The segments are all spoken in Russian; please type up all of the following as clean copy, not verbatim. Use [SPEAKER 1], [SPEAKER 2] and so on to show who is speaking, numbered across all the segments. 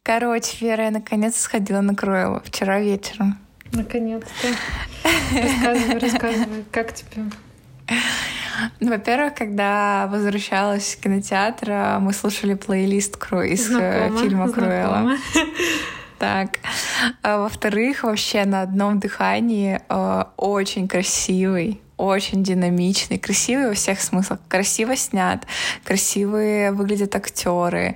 [SPEAKER 1] Короче, Вера, я наконец сходила на Круэллу вчера вечером.
[SPEAKER 2] Наконец-то. Рассказывай, как тебе?
[SPEAKER 1] Ну, во-первых, когда возвращалась из кинотеатра, мы слушали плейлист из фильма Круэлла. Так. А во-вторых, вообще на одном дыхании очень красивый, очень динамичный, красивый во всех смыслах, красиво снят, красивые выглядят актеры,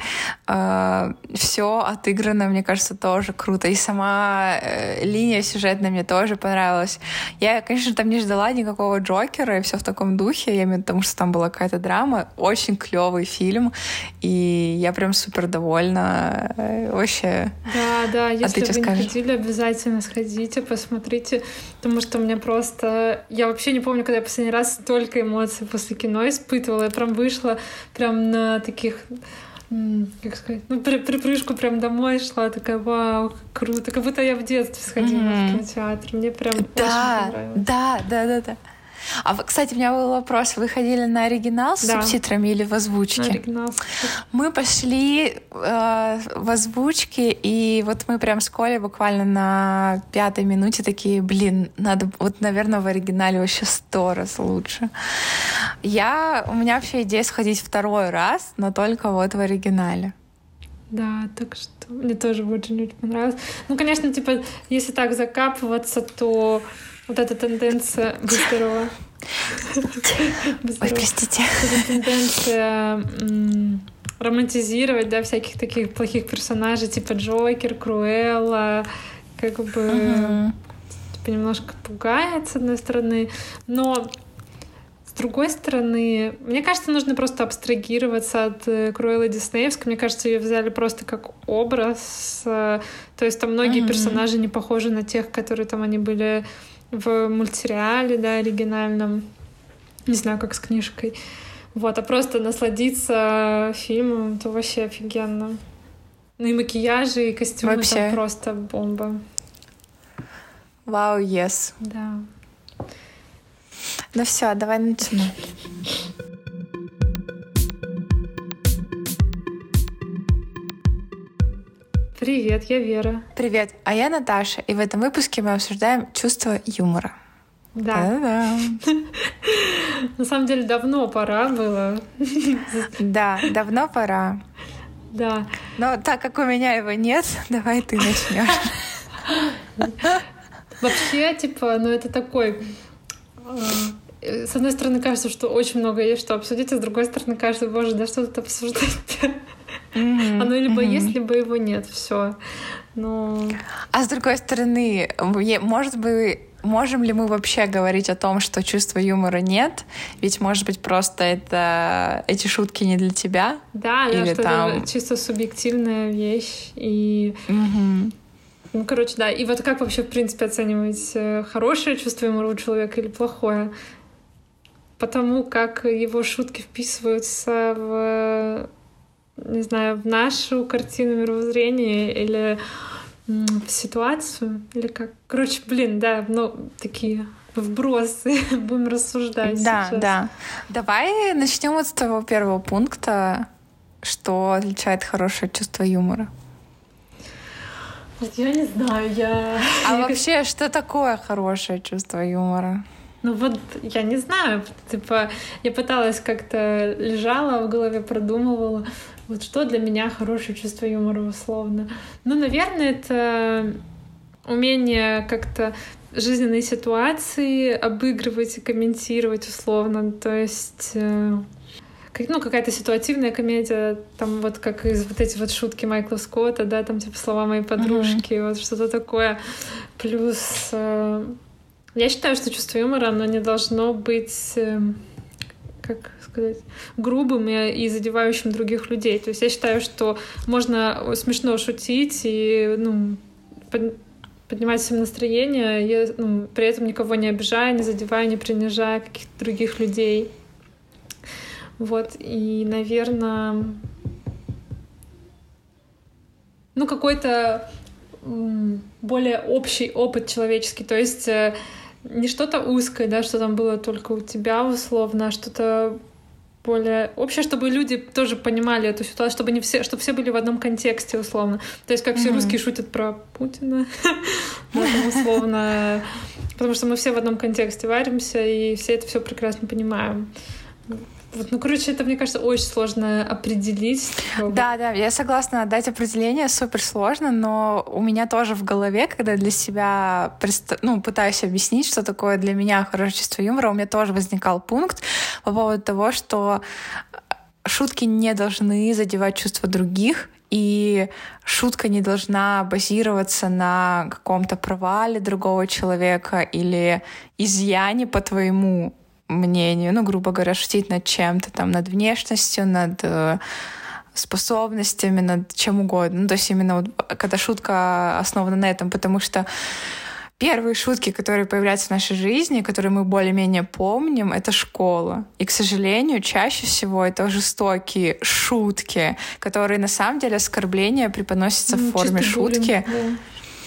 [SPEAKER 1] все отыграно, мне кажется, тоже круто. И сама линия сюжетная мне тоже понравилась. Я, конечно, там не ждала никакого Джокера, и все в таком духе, я имею в виду, потому что там была какая-то драма. Очень клевый фильм, и я прям супер довольна. Вообще.
[SPEAKER 2] Да, если вы не ходили, обязательно сходите, посмотрите, потому что у меня просто... Я вообще не помню, когда я последний раз столько эмоций после кино испытывала. Я прям вышла прям на таких... как сказать, припрыжку прям домой шла, такая, вау, круто, как будто я в детстве сходила в кинотеатр. Мне прям очень понравилось.
[SPEAKER 1] Да. А, кстати, у меня был вопрос. Вы ходили на оригинал с субтитрами или в озвучке?
[SPEAKER 2] На оригинал.
[SPEAKER 1] Мы пошли в озвучке, и вот мы прям с Колей буквально на 5-й минуте такие, надо, вот, наверное, в оригинале вообще 100 раз лучше. У меня вообще идея сходить второй раз, но только вот в оригинале.
[SPEAKER 2] Да, так что мне тоже очень понравилось. Ну, конечно, типа, если так закапываться, то вот эта тенденция быстрого.
[SPEAKER 1] Ой, простите.
[SPEAKER 2] Эта тенденция романтизировать, да, всяких таких плохих персонажей, типа Джокер, Круэлла, как бы типа, немножко пугает, с одной стороны. Но с другой стороны, мне кажется, нужно просто абстрагироваться от Круэллы диснеевской. Мне кажется, ее взяли просто как образ. То есть там многие персонажи не похожи на тех, которые там они были в мультсериале, да, оригинальном. Не знаю, как с книжкой. Вот, а просто насладиться фильмом, это вообще офигенно. Ну и макияжи, и костюмы вообще там просто бомба.
[SPEAKER 1] Вау, yes.
[SPEAKER 2] Да.
[SPEAKER 1] Ну все, давай начнем.
[SPEAKER 2] Привет, я Вера.
[SPEAKER 1] Привет, а я Наташа, и в этом выпуске мы обсуждаем чувство юмора.
[SPEAKER 2] Да. На самом деле давно пора было.
[SPEAKER 1] Да, давно пора.
[SPEAKER 2] Да.
[SPEAKER 1] Но так как у меня его нет, давай ты начнешь.
[SPEAKER 2] Вообще, типа, ну это такой... С одной стороны, кажется, что очень много есть что обсудить, а с другой стороны, кажется, боже, да что тут обсуждать? Оно либо есть, либо его нет, все. Но...
[SPEAKER 1] А с другой стороны, можем ли мы вообще говорить о том, что чувства юмора нет? Ведь, может быть, просто эти шутки не для тебя?
[SPEAKER 2] Да, или что там... это чисто субъективная вещь. И... Ну, короче, да. И вот как вообще, в принципе, оценивать хорошее чувство юмора у человека или плохое? Потому как его шутки вписываются в, не знаю, в нашу картину мировоззрения или в ситуацию, или как. Короче, да, ну, такие вбросы. Будем рассуждать сейчас.
[SPEAKER 1] Да. Давай начнем вот с того первого пункта, что отличает хорошее чувство юмора.
[SPEAKER 2] Вот я не знаю,
[SPEAKER 1] вообще, что такое хорошее чувство юмора?
[SPEAKER 2] Ну вот, я не знаю, типа, я пыталась как-то, лежала в голове, продумывала, вот что для меня хорошее чувство юмора условно. Ну, наверное, это умение как-то жизненные ситуации обыгрывать и комментировать условно, то есть... какая-то ситуативная комедия, там вот как из вот эти вот шутки Майкла Скотта, да, там типа слова моей подружки, вот что-то такое. Плюс я считаю, что чувство юмора, оно не должно быть, как сказать, грубым и задевающим других людей. То есть я считаю, что можно смешно шутить и, поднимать всем настроение, при этом никого не обижая, не задевая, не принижая каких-то других людей. Вот, и, наверное, какой-то более общий опыт человеческий, то есть не что-то узкое, да, что там было только у тебя условно, а что-то более общее, чтобы люди тоже понимали эту ситуацию, чтобы все были в одном контексте, условно. То есть, как все русские шутят про Путина, условно, потому что мы все в одном контексте варимся, и все это все прекрасно понимаем. Вот, ну, короче, это, мне кажется, очень сложно определить.
[SPEAKER 1] Да, я согласна, дать определение супер сложно, но у меня тоже в голове, когда я для себя пытаюсь объяснить, что такое для меня хорошее чувство юмора, у меня тоже возникал пункт по поводу того, что шутки не должны задевать чувства других, и шутка не должна базироваться на каком-то провале другого человека или изъяне по твоему мнению, грубо говоря, шутить над чем-то, там, над внешностью, над способностями, над чем угодно. То есть именно вот, когда шутка основана на этом, потому что первые шутки, которые появляются в нашей жизни, которые мы более-менее помним, это школа. И, к сожалению, чаще всего это жестокие шутки, которые на самом деле оскорбления преподносятся в форме шутки. Да.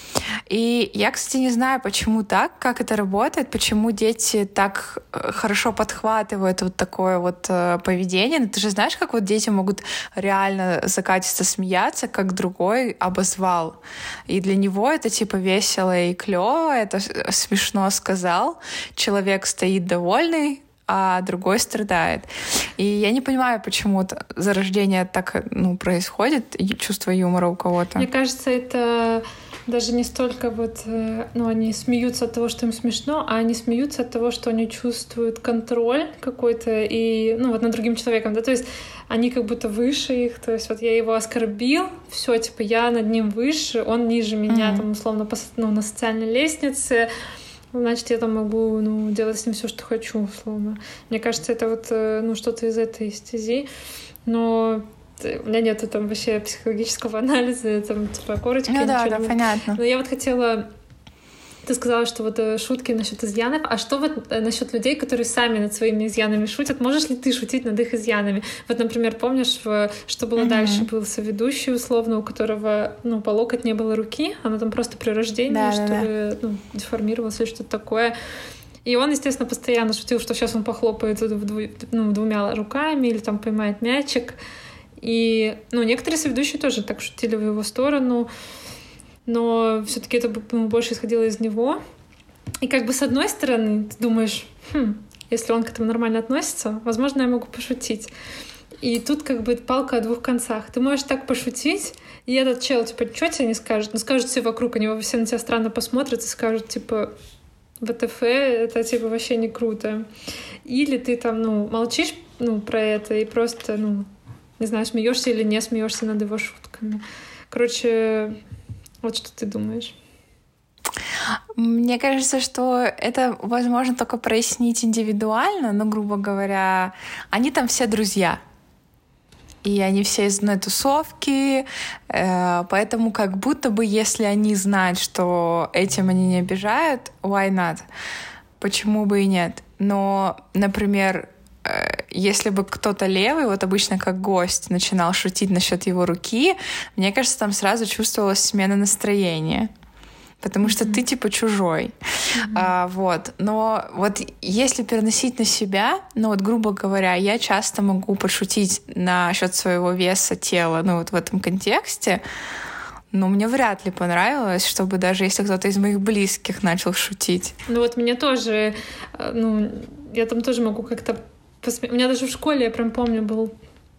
[SPEAKER 1] И я, кстати, не знаю, почему так, как это работает, почему дети так хорошо подхватывают вот такое вот поведение. Но ты же знаешь, как вот дети могут реально закатиться, смеяться, как другой обозвал. И для него это типа весело и клево, это смешно сказал. Человек стоит довольный, а другой страдает. И я не понимаю, почему зарождение так происходит, и чувство юмора у кого-то.
[SPEAKER 2] Мне кажется, это даже не столько они смеются от того, что им смешно, а они смеются от того, что они чувствуют контроль какой-то и, над другим человеком, да, то есть они как будто выше их, то есть вот я его оскорбил, все, типа я над ним выше, он ниже меня, там, условно, на социальной лестнице, значит, я там могу, делать с ним все, что хочу, условно. Мне кажется, это вот, что-то из этой стези, но у меня нету там вообще психологического анализа, там, типа, корочки.
[SPEAKER 1] Да, понятно.
[SPEAKER 2] Но я вот хотела... Ты сказала, что вот шутки насчет изъянов. А что вот насчет людей, которые сами над своими изъянами шутят? Можешь ли ты шутить над их изъянами? Вот, например, помнишь, что было дальше? Был соведущий, условно, у которого, по локоть не было руки. Она там просто при рождении, деформировалась или что-то такое. И он, естественно, постоянно шутил, что сейчас он похлопает двумя руками или там поймает мячик. И, некоторые соведущие тоже так шутили в его сторону, но все-таки это больше исходило из него. И как бы с одной стороны ты думаешь, если он к этому нормально относится, возможно, я могу пошутить. И тут как бы палка о двух концах. Ты можешь так пошутить, и этот чел, типа, ничего тебе не скажет, но скажут все вокруг, они все на тебя странно посмотрят и скажут, типа, ВТФ, это, типа, вообще не круто. Или ты там, молчишь, про это и просто, не знаю, смеешься или не смеешься над его шутками. Короче, вот что ты думаешь?
[SPEAKER 1] Мне кажется, что это возможно только прояснить индивидуально, но, грубо говоря, они там все друзья. И они все из одной тусовки, поэтому как будто бы, если они знают, что этим они не обижают, why not? Почему бы и нет? Но, например, если бы кто-то левый, вот обычно как гость, начинал шутить насчет его руки, мне кажется, там сразу чувствовалась смена настроения. Потому что ты типа чужой. Вот. Но вот если переносить на себя, грубо говоря, я часто могу пошутить насчет своего веса тела, вот в этом контексте, но мне вряд ли понравилось, чтобы даже если кто-то из моих близких начал шутить.
[SPEAKER 2] Мне тоже, я там тоже могу как-то у меня даже в школе, я прям помню, был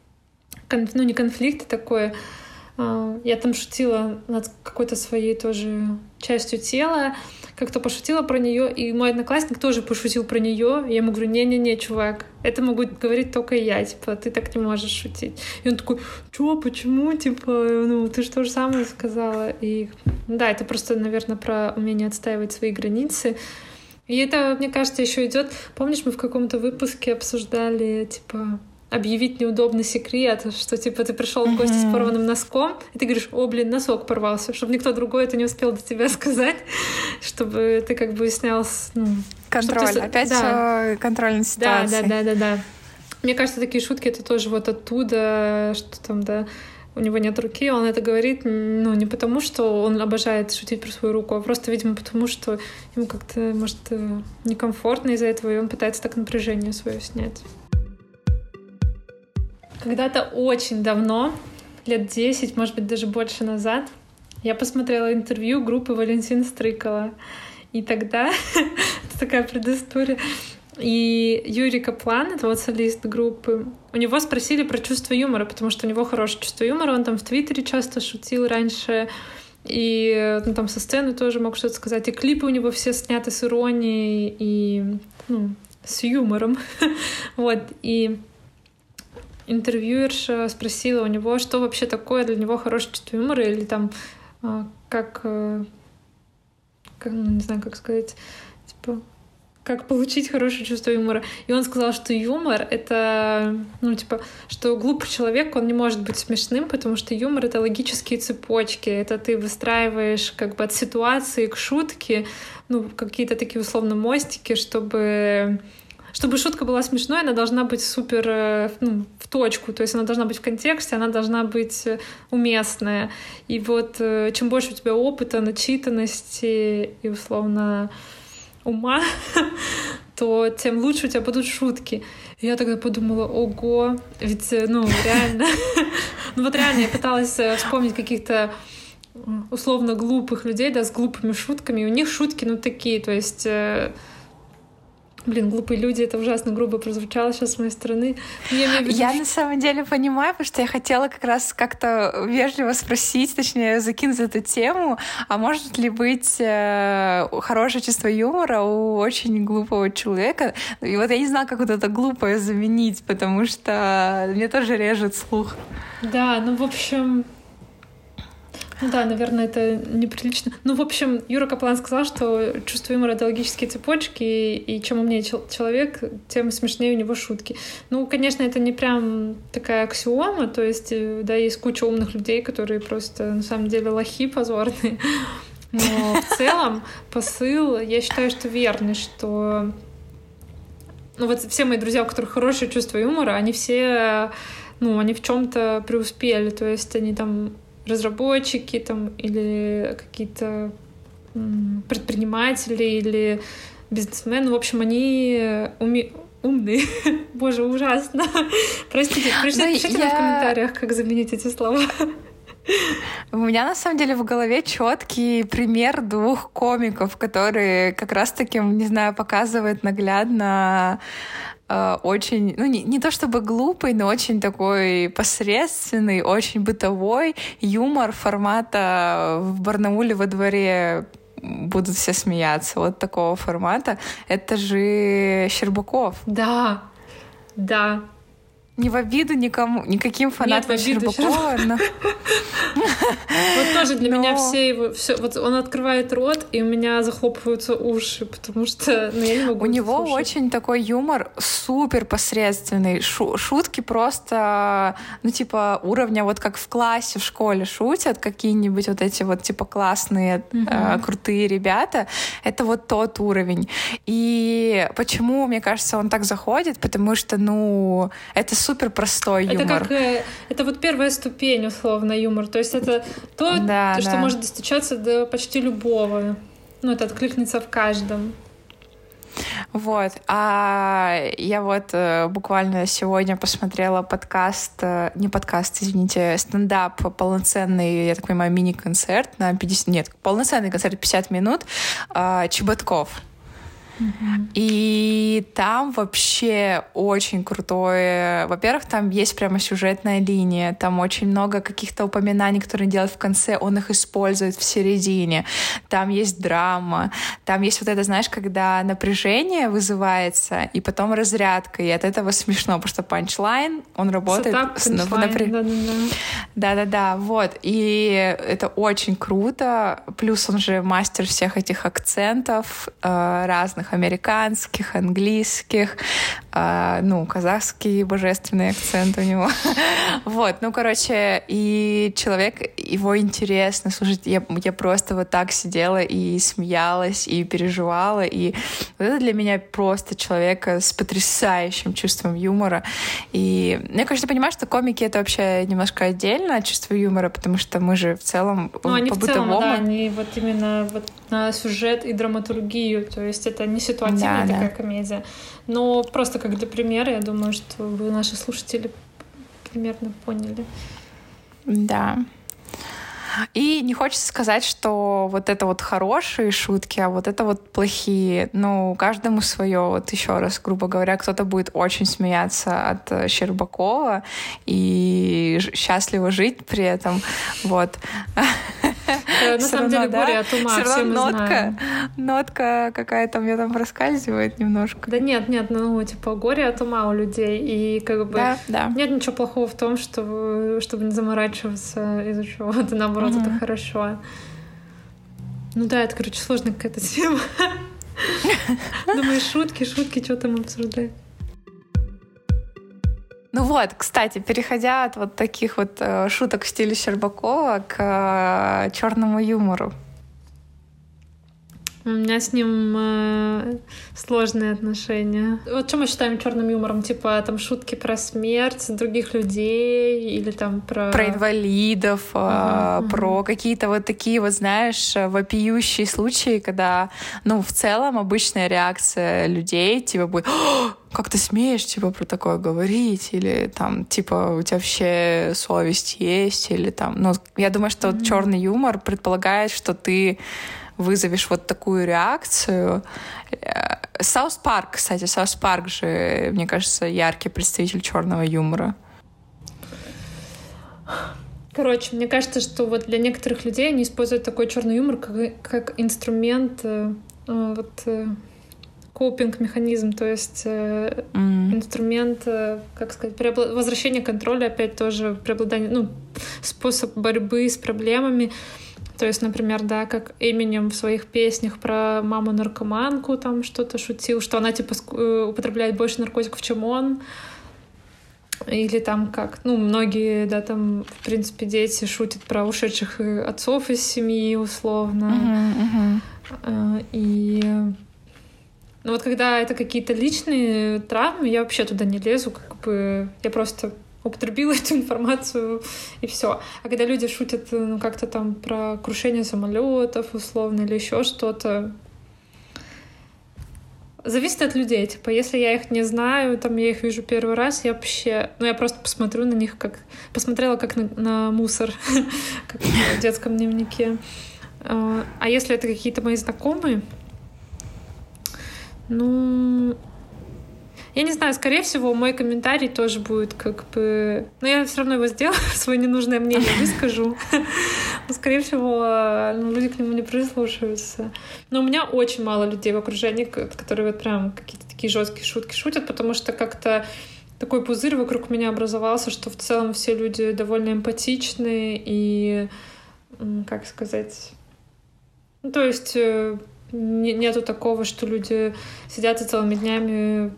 [SPEAKER 2] не конфликт, а такое. Я там шутила над какой-то своей тоже частью тела, как-то пошутила про нее, и мой одноклассник тоже пошутил про нее. Я ему говорю: не-не-не, чувак, это могу говорить только я, типа, ты так не можешь шутить. И он такой: чё, почему, типа, ты же то же самое сказала. И да, это просто, наверное, про умение отстаивать свои границы. И это, мне кажется, еще идет. Помнишь, мы в каком-то выпуске обсуждали, типа, объявить неудобный секрет, что, типа, ты пришел в гости с порванным носком, и ты говоришь: о, блин, носок порвался, чтобы никто другой это не успел до тебя сказать, чтобы ты как бы снял...
[SPEAKER 1] Контроль. Опять контрольная ситуация.
[SPEAKER 2] Да. Мне кажется, такие шутки — это тоже вот оттуда, что там, да, у него нет руки, он это говорит, не потому, что он обожает шутить про свою руку, а просто, видимо, потому, что ему как-то, может, некомфортно из-за этого, и он пытается так напряжение свое снять. Когда-то очень давно, лет 10, может быть, даже больше назад, я посмотрела интервью группы Валентина Стрыкало. И тогда, это такая предыстория, и Юрий Каплан, это вот солист группы, у него спросили про чувство юмора, потому что у него хорошее чувство юмора, он там в Твиттере часто шутил раньше, и ну, там со сцены тоже мог что-то сказать, и клипы у него все сняты с иронией и с юмором. Вот, и интервьюерша спросила у него, что вообще такое для него хорошее чувство юмора, или там как не знаю, как сказать, типа, как получить хорошее чувство юмора. И он сказал, что юмор — это, что глупый человек, он не может быть смешным, потому что юмор — это логические цепочки. Это ты выстраиваешь как бы от ситуации к шутке, какие-то такие условно мостики, чтобы шутка была смешной, она должна быть супер в точку, то есть она должна быть в контексте, она должна быть уместная. И вот чем больше у тебя опыта, начитанности и условно ума, то тем лучше у тебя будут шутки. И я тогда подумала, ого, ведь, реально... реально я пыталась вспомнить каких-то условно глупых людей, да, с глупыми шутками, и у них шутки, такие, то есть... глупые люди, это ужасно грубо прозвучало сейчас с моей стороны.
[SPEAKER 1] Я на самом деле понимаю, потому что я хотела как раз как-то вежливо спросить, точнее, закинуть эту тему, а может ли быть хорошее чувство юмора у очень глупого человека? И вот я не знала, как вот это глупое заменить, потому что мне тоже режет слух.
[SPEAKER 2] Да, в общем... да, наверное, это неприлично. В общем, Юра Каплан сказал, что чувство юмора — это логические цепочки, и чем умнее человек, тем смешнее у него шутки. Конечно, это не прям такая аксиома, то есть, да, есть куча умных людей, которые просто, на самом деле, лохи позорные. Но в целом посыл, я считаю, что верный, что... все мои друзья, у которых хорошее чувство юмора, они все, они в чем-то преуспели, то есть они там разработчики там, или какие-то предприниматели или бизнесмены. В общем, они умные. Боже, ужасно. Простите, пишите в комментариях, как заменить эти слова.
[SPEAKER 1] У меня, на самом деле, в голове четкий пример двух комиков, которые как раз-таки, не знаю, показывают наглядно очень, не то чтобы глупый, но очень такой посредственный, очень бытовой юмор формата «В Барнауле во дворе будут все смеяться». Вот такого формата. Это же Щербаков.
[SPEAKER 2] Да.
[SPEAKER 1] Не в обиду никому, никаким фанатам Щербакова.
[SPEAKER 2] Вот тоже для меня все вот он открывает рот, и у меня захлопываются уши, потому что я не могу.
[SPEAKER 1] У него очень такой юмор супер посредственный. Шутки просто, уровня вот как в классе, в школе шутят какие-нибудь вот эти вот классные, крутые ребята. Это вот тот уровень. И почему, мне кажется, он так заходит? Потому что, это супер простой юмор.
[SPEAKER 2] Это вот первая ступень, условно, юмор. То есть это то, что может достучаться до почти любого. Это откликнется в каждом.
[SPEAKER 1] Вот. А я вот буквально сегодня посмотрела стендап полноценный, я так понимаю, мини-концерт на 50... Нет, полноценный концерт 50 минут Чеботков. И там вообще очень крутое. Во-первых, там есть прямо сюжетная линия, там очень много каких-то упоминаний, которые он делает в конце, он их использует в середине. Там есть драма, там есть вот это, знаешь, когда напряжение вызывается, и потом разрядка, и от этого смешно, потому что панчлайн, он работает... Да, вот. И это очень круто. Плюс он же мастер всех этих акцентов разных, американских, английских, казахский божественный акцент у него. Вот, и человек, его интересно слушать. Я просто вот так сидела и смеялась, и переживала, и вот это для меня просто человек с потрясающим чувством юмора. И я, конечно, понимаю, что комики — это вообще немножко отдельно от чувства юмора, потому что мы же в целом по-бытовому...
[SPEAKER 2] они вот именно вот на сюжет и драматургию, то есть это не ситуативная такая комедия. Но просто как для примера, я думаю, что вы, наши слушатели, примерно поняли.
[SPEAKER 1] Да. И не хочется сказать, что вот это вот хорошие шутки, а вот это вот плохие. Ну, каждому свое. Вот еще раз, грубо говоря, кто-то будет очень смеяться от Щербакова и счастливо жить при этом. Вот.
[SPEAKER 2] На самом деле горе от ума, все мы знаем.
[SPEAKER 1] Нотка какая-то у меня там проскальзывает немножко.
[SPEAKER 2] Да нет, ну, типа, горе от ума у людей. И как бы нет ничего плохого в том, чтобы не заморачиваться из-за чего-то, наоборот, это хорошо. Ну да, это, короче, сложная какая-то тема. Думаю, шутки, что там обсуждать.
[SPEAKER 1] Ну вот, кстати, переходя от вот таких вот шуток в стиле Щербакова к черному юмору.
[SPEAKER 2] У меня с ним сложные отношения. Вот что мы считаем черным юмором? Типа там шутки про смерть других людей или там про
[SPEAKER 1] инвалидов, про какие-то вот такие вот, знаешь, вопиющие случаи, когда, ну, в целом обычная реакция людей типа будет: как ты смеешь, типа, про такое говорить? Или там, типа, у тебя вообще совесть есть? Или там, ну, я думаю, что черный юмор предполагает, что ты вызовешь вот такую реакцию. Саус Парк, кстати, Саус Парк же, мне кажется, яркий представитель черного юмора.
[SPEAKER 2] Короче, мне кажется, что вот для некоторых людей они используют такой черный юмор как инструмент, копинг-механизм, то есть инструмент, как сказать, возвращение контроля, опять тоже преобладание, ну, способ борьбы с проблемами. То есть, например, да, как Эминем в своих песнях про маму-наркоманку там что-то шутил, что она, типа, употребляет больше наркотиков, чем он. Или там как, ну, многие, да, там, в принципе, дети шутят про ушедших отцов из семьи, условно. И... Ну, вот когда это какие-то личные травмы, я вообще туда не лезу, как бы... Я просто употребила эту информацию, и все. А когда люди шутят, ну, как-то там про крушение самолетов, условно, или еще что-то, зависит от людей. Типа, если я их не знаю, там, я их вижу первый раз, я вообще... Ну, я просто посмотрю на них, посмотрела как на мусор, как в детском дневнике. А если это какие-то мои знакомые, ну... Я не знаю, скорее всего, мой комментарий тоже будет как бы... Но я все равно его сделаю, свое ненужное мнение выскажу. Но, скорее всего, люди к нему не прислушаются. Но у меня очень мало людей в окружении, которые вот прям какие-то такие жесткие шутки шутят, потому что как-то такой пузырь вокруг меня образовался, что в целом все люди довольно эмпатичны и, как сказать... Ну, то есть нету такого, что люди сидят и целыми днями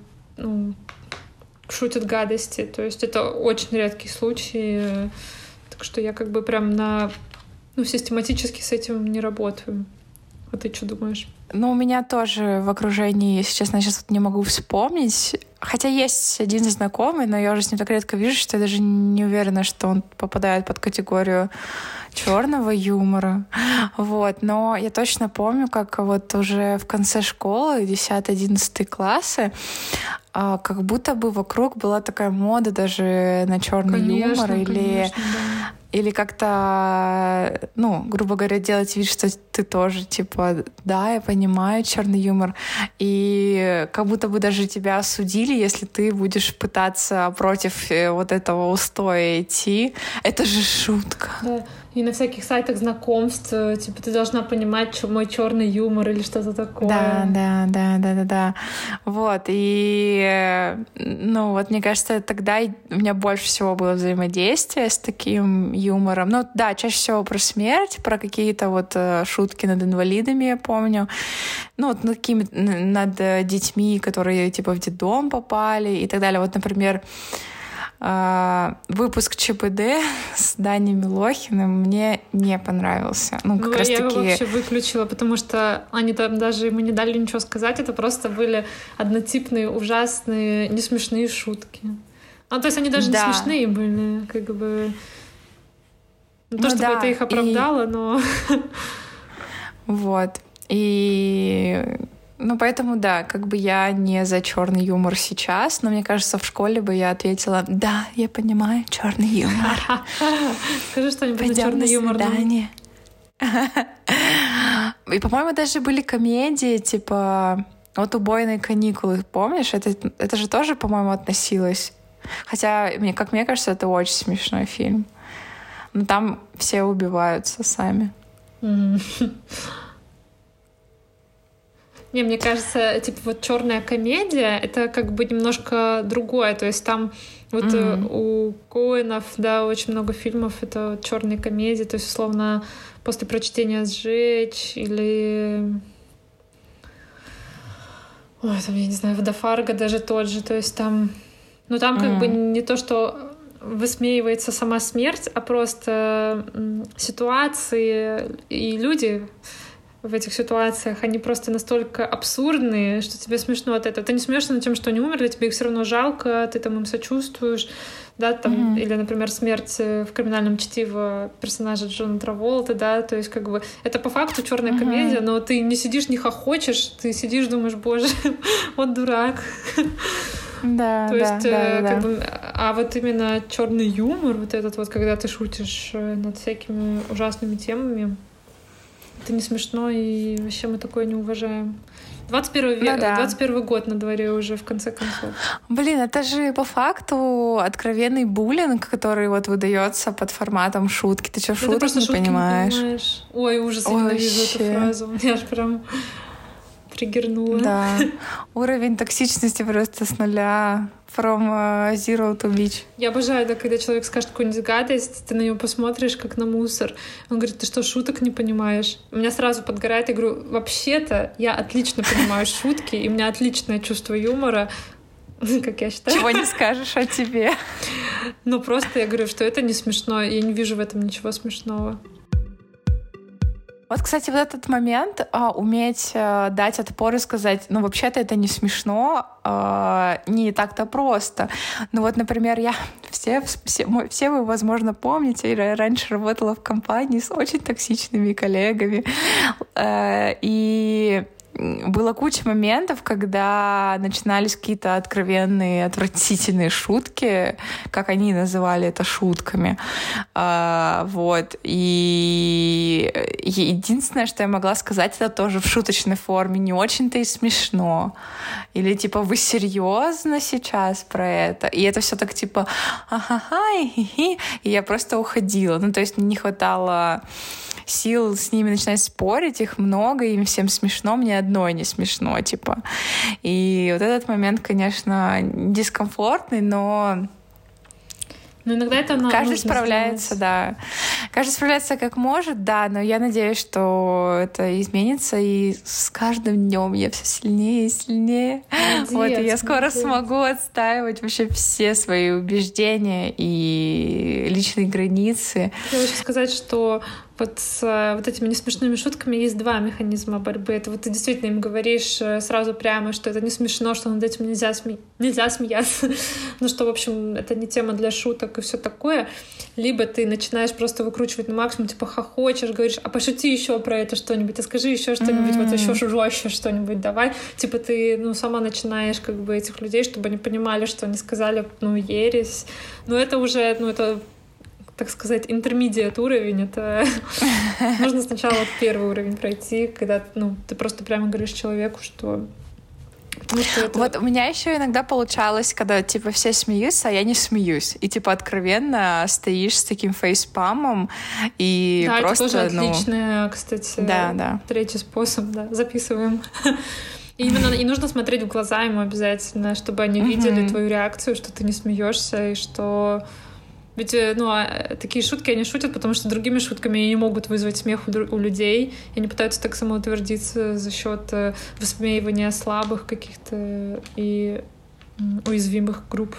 [SPEAKER 2] шутят гадости. То есть это очень редкие случаи. Так что я как бы прям систематически с этим не работаю. А ты что думаешь?
[SPEAKER 1] Ну, у меня тоже в окружении, если честно, я сейчас вот не могу вспомнить. Хотя есть один знакомый, но я уже с ним так редко вижу, что я даже не уверена, что он попадает под категорию черного юмора. Вот. Но я точно помню, как вот уже в конце школы, 10-11 классы, как будто бы вокруг была такая мода даже на черный юмор или как-то, грубо говоря, делать вид, что ты тоже, типа, да, я понимаю черный юмор, и как будто бы даже тебя осудили, если ты будешь пытаться против вот этого устоя идти. Это же шутка.
[SPEAKER 2] Да. И на всяких сайтах знакомств, типа, ты должна понимать, что мой черный юмор или что-то такое.
[SPEAKER 1] Да. Вот, и, вот мне кажется, тогда у меня больше всего было взаимодействие с таким юмором. Ну, да, чаще всего про смерть, про какие-то вот шутки над инвалидами, я помню. Над детьми, которые, типа, в детдом попали и так далее. Вот, например, выпуск ЧПД с Даней Милохиным мне не понравился. Как раз
[SPEAKER 2] я его вообще выключила, потому что они там даже ему не дали ничего сказать. Это просто были однотипные, ужасные, несмешные шутки. То есть они даже не смешные были, как бы... чтобы это их оправдало, но...
[SPEAKER 1] Вот. И... Ну, поэтому, да, как бы я не за черный юмор сейчас, но мне кажется, в школе бы я ответила: да, я понимаю черный юмор.
[SPEAKER 2] Скажи что-нибудь за черный юмор.
[SPEAKER 1] И, по-моему, даже были комедии, типа вот «Убойные каникулы», помнишь? Это же тоже, по-моему, относилось. Хотя, как мне кажется, это очень смешной фильм. Но там все убиваются сами.
[SPEAKER 2] Не, мне кажется, типа вот черная комедия — это как бы немножко другое. То есть там вот у Коэнов, да, очень много фильмов — это вот черные комедии. То есть, условно, после прочтения «Сжечь» или... Ой, там, я не знаю, «Водофарго» даже тот же. То есть там... Ну, там как бы не то, что высмеивается сама смерть, а просто ситуации и люди в этих ситуациях, они просто настолько абсурдные, что тебе смешно от этого. Ты не смеешься над тем, что они умерли, тебе их все равно жалко, ты там им сочувствуешь, да, там, или, например, смерть в «Криминальном чтиво» персонажа Джона Траволты, да, то есть как бы это по факту черная комедия, но ты не сидишь, не хохочешь, ты сидишь, думаешь: боже, вот дурак.
[SPEAKER 1] Да,
[SPEAKER 2] то есть, как бы, а вот именно черный юмор, вот этот вот, когда ты шутишь над всякими ужасными темами, это не смешно, и вообще мы такое не уважаем. 21 век, 21 год на дворе уже, в конце концов.
[SPEAKER 1] Блин, это же по факту откровенный буллинг, который вот выдается под форматом шутки. Ты что, шуток не понимаешь?
[SPEAKER 2] Ой, ужас, я ненавижу эту фразу. Я аж прям триггернула.
[SPEAKER 1] Да. Уровень токсичности просто с нуля. From zero to beach.
[SPEAKER 2] Я обожаю, да, когда человек скажет какую-нибудь гадость, ты на него посмотришь, как на мусор. Он говорит: ты что, шуток не понимаешь? У меня сразу подгорает. Я говорю: вообще-то я отлично понимаю шутки, и у меня отличное чувство юмора, как я считаю.
[SPEAKER 1] Чего не скажешь о тебе.
[SPEAKER 2] Ну, просто я говорю, что это не смешно. Я не вижу в этом ничего смешного.
[SPEAKER 1] Вот, кстати, вот этот момент, уметь дать отпор и сказать: ну, вообще-то это не смешно, не так-то просто. Ну вот, например, все вы, возможно, помните, я раньше работала в компании с очень токсичными коллегами, и было куча моментов, когда начинались какие-то откровенные, отвратительные шутки, как они называли это шутками. Вот. И единственное, что я могла сказать, это тоже в шуточной форме. Не очень-то и смешно. Или типа: вы серьезно сейчас про это? И это все так типа: ага, и я просто уходила. Ну, то есть не хватало сил с ними начинать спорить, их много, им всем смешно, мне одной не смешно, типа. И вот этот момент, конечно, дискомфортный, но
[SPEAKER 2] иногда это
[SPEAKER 1] каждый справляется, да. Каждый справляется как может, да, но я надеюсь, что это изменится, и с каждым днем я все сильнее и сильнее. Вот, и я скоро смогу отстаивать вообще все свои убеждения и личные границы.
[SPEAKER 2] Я хочу сказать, что вот с вот этими несмешными шутками есть два механизма борьбы. Это вот ты действительно им говоришь сразу прямо, что это не смешно, что над этим нельзя смеяться, ну что, в общем, это не тема для шуток и все такое. Либо ты начинаешь просто выкручивать на максимум, типа хохочешь, говоришь: а пошути еще про это что-нибудь, а скажи еще что-нибудь, вот еще жестче что-нибудь давай. Типа ты, сама начинаешь как бы этих людей, чтобы они понимали, что они сказали, ересь. Но это уже, это, так сказать, интермедиат уровень. Это нужно сначала вот первый уровень пройти, когда ты просто прямо говоришь человеку, что... Это...
[SPEAKER 1] Вот у меня еще иногда получалось, когда типа все смеются, а я не смеюсь. И типа откровенно стоишь с таким фейспамом и
[SPEAKER 2] да,
[SPEAKER 1] просто...
[SPEAKER 2] это тоже отличный, кстати, третий способ, да, записываем. И именно и нужно смотреть в глаза ему обязательно, чтобы они видели твою реакцию, что ты не смеешься, и что... Ведь, такие шутки они шутят, потому что другими шутками они не могут вызвать смех у людей, и они пытаются так самоутвердиться за счет высмеивания слабых каких-то и уязвимых групп.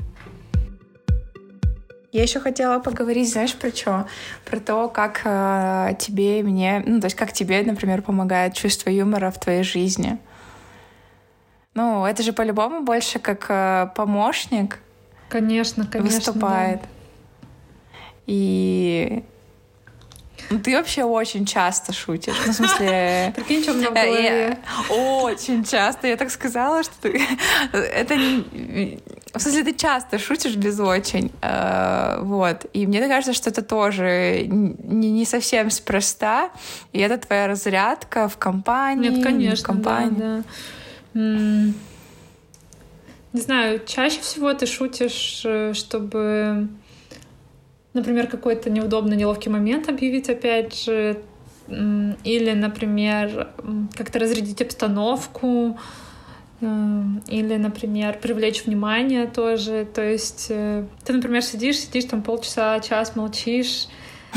[SPEAKER 1] Я еще хотела поговорить, знаешь, про что? Про то, как тебе и мне... то есть как тебе, например, помогает чувство юмора в твоей жизни. Это же по-любому больше как помощник.
[SPEAKER 2] Конечно,
[SPEAKER 1] выступает.
[SPEAKER 2] Да.
[SPEAKER 1] И Ты вообще очень часто шутишь. Ну, в смысле...
[SPEAKER 2] Прикинь, что у меня в голове.
[SPEAKER 1] Очень часто. Я так сказала, что ты... Это не... В смысле, ты часто шутишь без очень. Вот. И мне кажется, что это тоже не совсем спроста. И это твоя разрядка в компании.
[SPEAKER 2] Нет, конечно,
[SPEAKER 1] в компании.
[SPEAKER 2] да. Не знаю, чаще всего ты шутишь, чтобы, например, какой-то неудобный, неловкий момент объявить опять же, или, например, как-то разрядить обстановку, или, например, привлечь внимание тоже. То есть ты, например, сидишь там полчаса, час молчишь.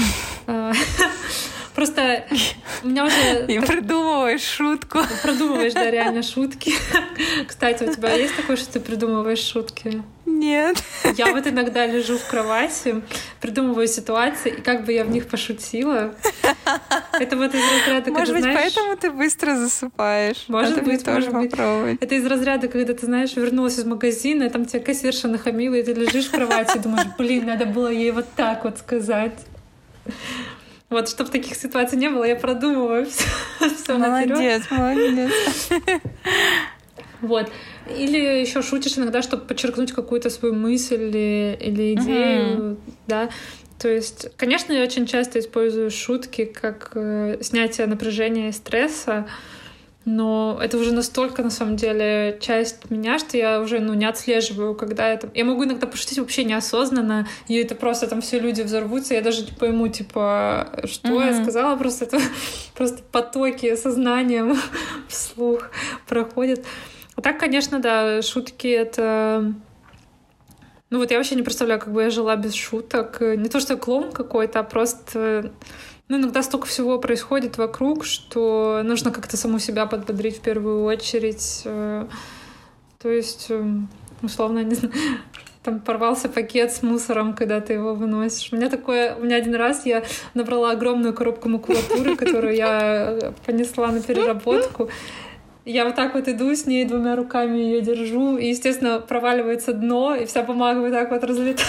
[SPEAKER 2] Просто у меня уже...
[SPEAKER 1] И придумываешь шутку.
[SPEAKER 2] Продумываешь, да, реально шутки. Кстати, у тебя есть такое, что ты придумываешь шутки?
[SPEAKER 1] Нет.
[SPEAKER 2] Я вот иногда лежу в кровати, придумываю ситуации, и как бы я в них пошутила. Это вот из разряда,
[SPEAKER 1] может быть,
[SPEAKER 2] знаешь...
[SPEAKER 1] поэтому ты быстро засыпаешь.
[SPEAKER 2] Может быть,
[SPEAKER 1] тоже попробовать.
[SPEAKER 2] Это из разряда, когда ты, знаешь, вернулась из магазина, и там тебя кассирша нахамила, и ты лежишь в кровати и думаешь, блин, надо было ей вот так вот сказать. Вот, чтобы таких ситуаций не было, я продумываю все
[SPEAKER 1] наперёд. Молодец.
[SPEAKER 2] Вот. Или еще шутишь иногда, чтобы подчеркнуть какую-то свою мысль или идею, да. То есть, конечно, я очень часто использую шутки как снятие напряжения и стресса, но это уже настолько, на самом деле, часть меня, что я уже, не отслеживаю, когда это... Я могу иногда пошутить вообще неосознанно, и это просто там все люди взорвутся, я даже не пойму, типа, что я сказала, просто это просто потоки сознанием вслух проходят. А так, конечно, да, шутки — это... Ну вот я вообще не представляю, как бы я жила без шуток. Не то, что я клоун какой-то, а просто... иногда столько всего происходит вокруг, что нужно как-то саму себя подбодрить в первую очередь. То есть, условно, не знаю, там порвался пакет с мусором, когда ты его выносишь. У меня один раз я набрала огромную коробку макулатуры, которую я понесла на переработку. Я вот так вот иду с ней, 2 руками ее держу, и, естественно, проваливается дно, и вся бумага вот так вот разлетается.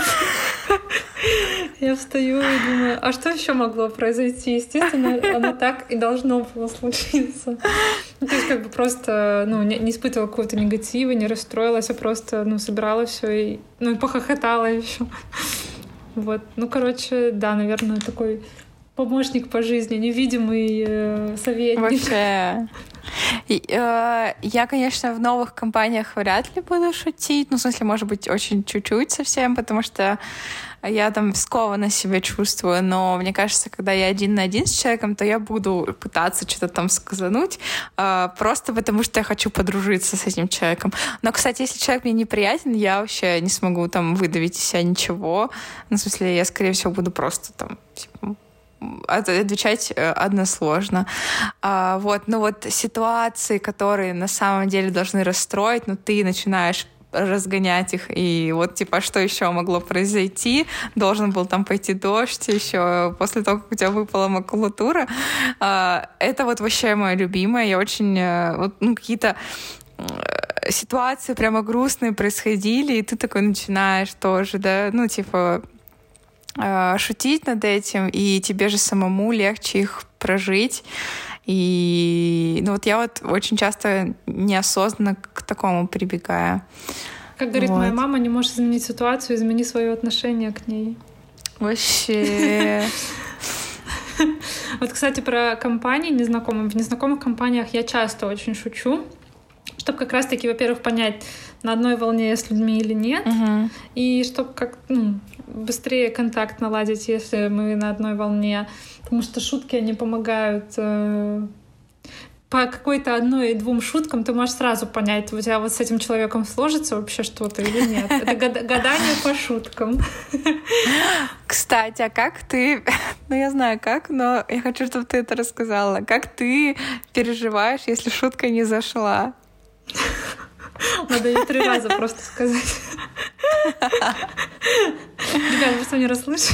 [SPEAKER 2] Я встаю и думаю, а что еще могло произойти? Естественно, оно так и должно было случиться. То есть как бы просто не испытывала какого-то негатива, не расстроилась, а просто собирала все и похохотала еще. Вот. Короче, да, наверное, такой помощник по жизни, невидимый советник.
[SPEAKER 1] Вообще. Я, конечно, в новых компаниях вряд ли буду шутить. В смысле, может быть, очень чуть-чуть совсем, потому что я там скованно себя чувствую. Но мне кажется, когда я 1 на 1 с человеком, то я буду пытаться что-то там сказануть, просто потому что я хочу подружиться с этим человеком. Но, кстати, если человек мне неприятен, я вообще не смогу там выдавить из себя ничего. В смысле, я, скорее всего, буду просто там, типа, отвечать односложно. Вот ситуации, которые на самом деле должны расстроить, но ты начинаешь разгонять их, и вот типа что еще могло произойти? Должен был там пойти дождь еще после того, как у тебя выпала макулатура. Это вот вообще мое любимое. Я очень... какие-то ситуации прямо грустные происходили, и ты такой начинаешь тоже, да, шутить над этим, и тебе же самому легче их прожить. И я очень часто неосознанно к такому прибегаю.
[SPEAKER 2] Как говорит моя мама, не можешь изменить ситуацию, измени свое отношение к ней.
[SPEAKER 1] Вообще.
[SPEAKER 2] Вот, кстати, про компании незнакомые. В незнакомых компаниях я часто очень шучу, чтобы как раз-таки, во-первых, понять, на одной волне я с людьми или нет, и чтобы быстрее контакт наладить, если мы на одной волне. Потому что шутки, они помогают. По какой-то 1-2 шуткам ты можешь сразу понять, у тебя вот с этим человеком сложится вообще что-то или нет. Это гадание по шуткам.
[SPEAKER 1] Кстати, а как ты... я знаю как, но я хочу, чтобы ты это рассказала. Как ты переживаешь, если шутка не зашла?
[SPEAKER 2] Надо ей 3 раза просто сказать. Ребята, вы что, не расслышали?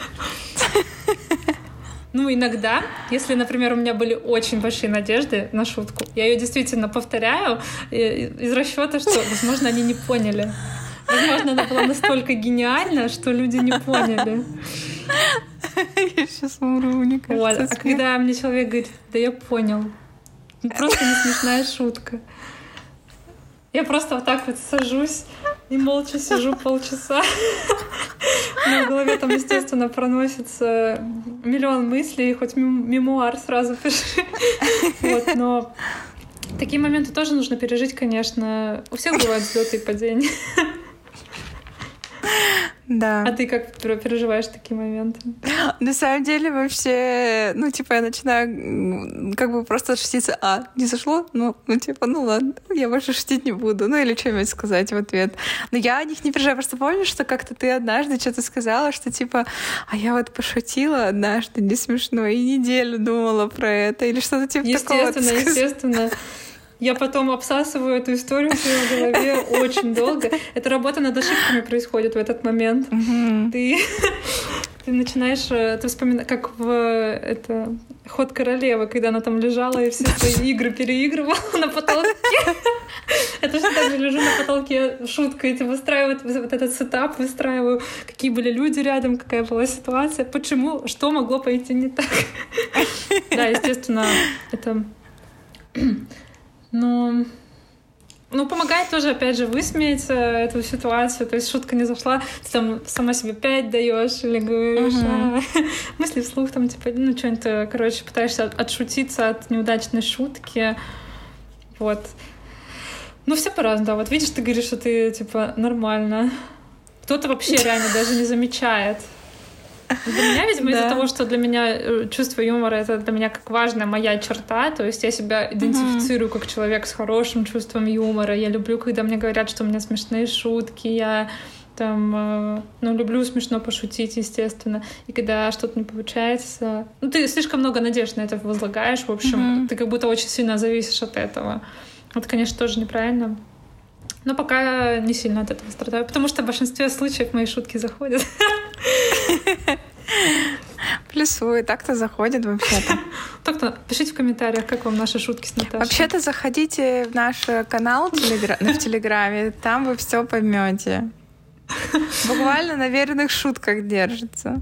[SPEAKER 2] Иногда, если, например, у меня были очень большие надежды на шутку, я ее действительно повторяю из расчета, что, возможно, они не поняли. Возможно, она была настолько гениальна, что люди не поняли.
[SPEAKER 1] Я сейчас умру, мне кажется.
[SPEAKER 2] Вот. А когда мне человек говорит, да я понял, просто не смешная шутка. Я просто вот так вот сажусь и молча сижу полчаса. У меня в голове там, естественно, проносится миллион мыслей, хоть мемуар сразу пиши. Вот, но такие моменты тоже нужно пережить, конечно. У всех бывают взлеты и падения.
[SPEAKER 1] Да.
[SPEAKER 2] А ты как переживаешь такие моменты?
[SPEAKER 1] На самом деле вообще, ну, типа, я начинаю как бы просто шутиться. Не зашло? Ну, ладно, я больше шутить не буду. Ну, или что-нибудь сказать в ответ. Но я о них не переживаю. Просто помню, что как-то ты однажды что-то сказала, что типа, я вот пошутила однажды, не смешно, и неделю думала про это. Или что-то типа такого.
[SPEAKER 2] Естественно. Я потом обсасываю эту историю в своей голове очень долго. Эта работа над ошибками происходит в этот момент. Ты начинаешь, ты вспоминаешь, как в «Ход королевы», когда она там лежала и все свои игры переигрывала на потолке. Это же так же лежу на потолке шуткой, ты выстраиваю вот этот сетап, выстраиваю, какие были люди рядом, какая была ситуация, почему, что могло пойти не так. Да, естественно, это... Ну, помогает тоже, опять же, высмеять эту ситуацию. То есть шутка не зашла, ты там сама себе 5 даешь или говоришь, мысли вслух, там, типа, что-нибудь, короче, пытаешься отшутиться от неудачной шутки. Вот. Ну, все по-разному, да. Вот видишь, ты говоришь, что ты, типа, нормально. Кто-то вообще реально даже не замечает. Для меня, видимо, из-за того, что для меня чувство юмора — это для меня как важная моя черта, то есть я себя идентифицирую как человек с хорошим чувством юмора. Я люблю, когда мне говорят, что у меня смешные шутки, я там, люблю смешно пошутить, естественно. И когда что-то не получается... ты слишком много надежд на это возлагаешь, в общем, ты как будто очень сильно зависишь от этого. Это, конечно, тоже неправильно. Но пока не сильно от этого страдаю, потому что в большинстве случаев мои шутки заходят.
[SPEAKER 1] Плюсую, так-то заходит вообще-то.
[SPEAKER 2] Так-то пишите в комментариях, как вам наши шутки с Наташей.
[SPEAKER 1] Вообще-то заходите в наш канал в Телеграме, там вы все поймете. Буквально на верных шутках держится.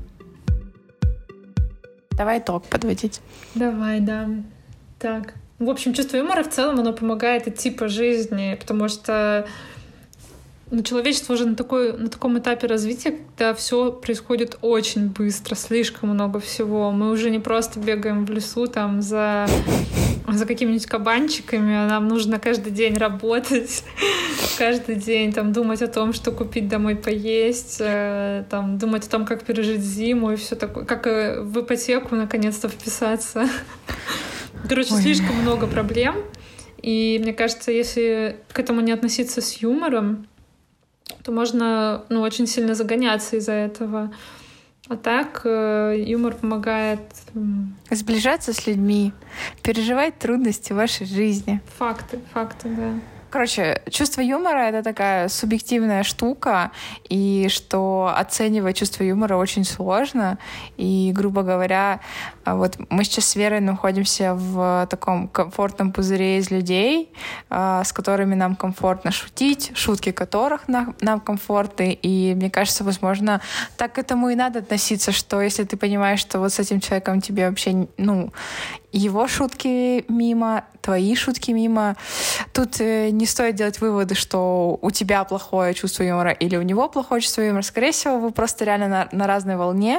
[SPEAKER 1] Давай итог подводить.
[SPEAKER 2] Давай, да. Так. В общем, чувство юмора в целом, оно помогает идти по жизни, потому что человечество уже на таком этапе развития, когда все происходит очень быстро, слишком много всего. Мы уже не просто бегаем в лесу там за какими-нибудь кабанчиками, а нам нужно каждый день работать, каждый день там думать о том, что купить домой поесть, там думать о том, как пережить зиму и все такое, как в ипотеку наконец-то вписаться. Короче, слишком много проблем. И мне кажется, если к этому не относиться с юмором, то можно очень сильно загоняться из-за этого. А так юмор помогает...
[SPEAKER 1] Сближаться с людьми, переживать трудности в вашей жизни.
[SPEAKER 2] Факты, да.
[SPEAKER 1] Короче, чувство юмора — это такая субъективная штука, и что оценивать чувство юмора очень сложно. И, грубо говоря, вот мы сейчас с Верой находимся в таком комфортном пузыре из людей, с которыми нам комфортно шутить, шутки которых нам комфортны. И мне кажется, возможно, так к этому и надо относиться, что если ты понимаешь, что вот с этим человеком тебе вообще, его шутки мимо, твои шутки мимо. Тут не стоит делать выводы, что у тебя плохое чувство юмора или у него плохое чувство юмора. Скорее всего, вы просто реально на разной волне,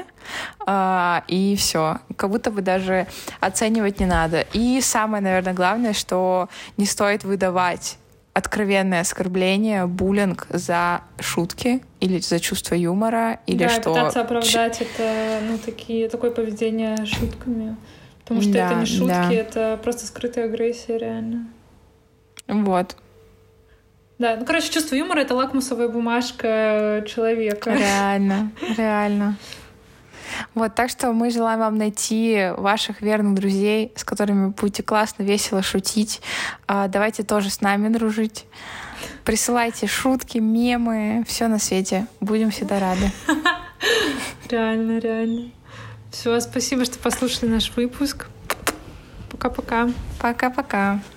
[SPEAKER 1] и все. Как будто бы даже оценивать не надо. И самое, наверное, главное, что не стоит выдавать откровенное оскорбление, буллинг за шутки или за чувство юмора, или
[SPEAKER 2] да,
[SPEAKER 1] что...
[SPEAKER 2] пытаться оправдать это, такое поведение шутками. Потому что это не шутки, это просто скрытая агрессия, реально.
[SPEAKER 1] Вот.
[SPEAKER 2] Да, короче, чувство юмора — это лакмусовая бумажка человека.
[SPEAKER 1] Реально. Вот, так что мы желаем вам найти ваших верных друзей, с которыми будете классно, весело шутить. Давайте тоже с нами дружить. Присылайте шутки, мемы, все на свете. Будем всегда рады.
[SPEAKER 2] Реально. Все, спасибо, что послушали наш выпуск. Пока-пока.
[SPEAKER 1] Пока-пока.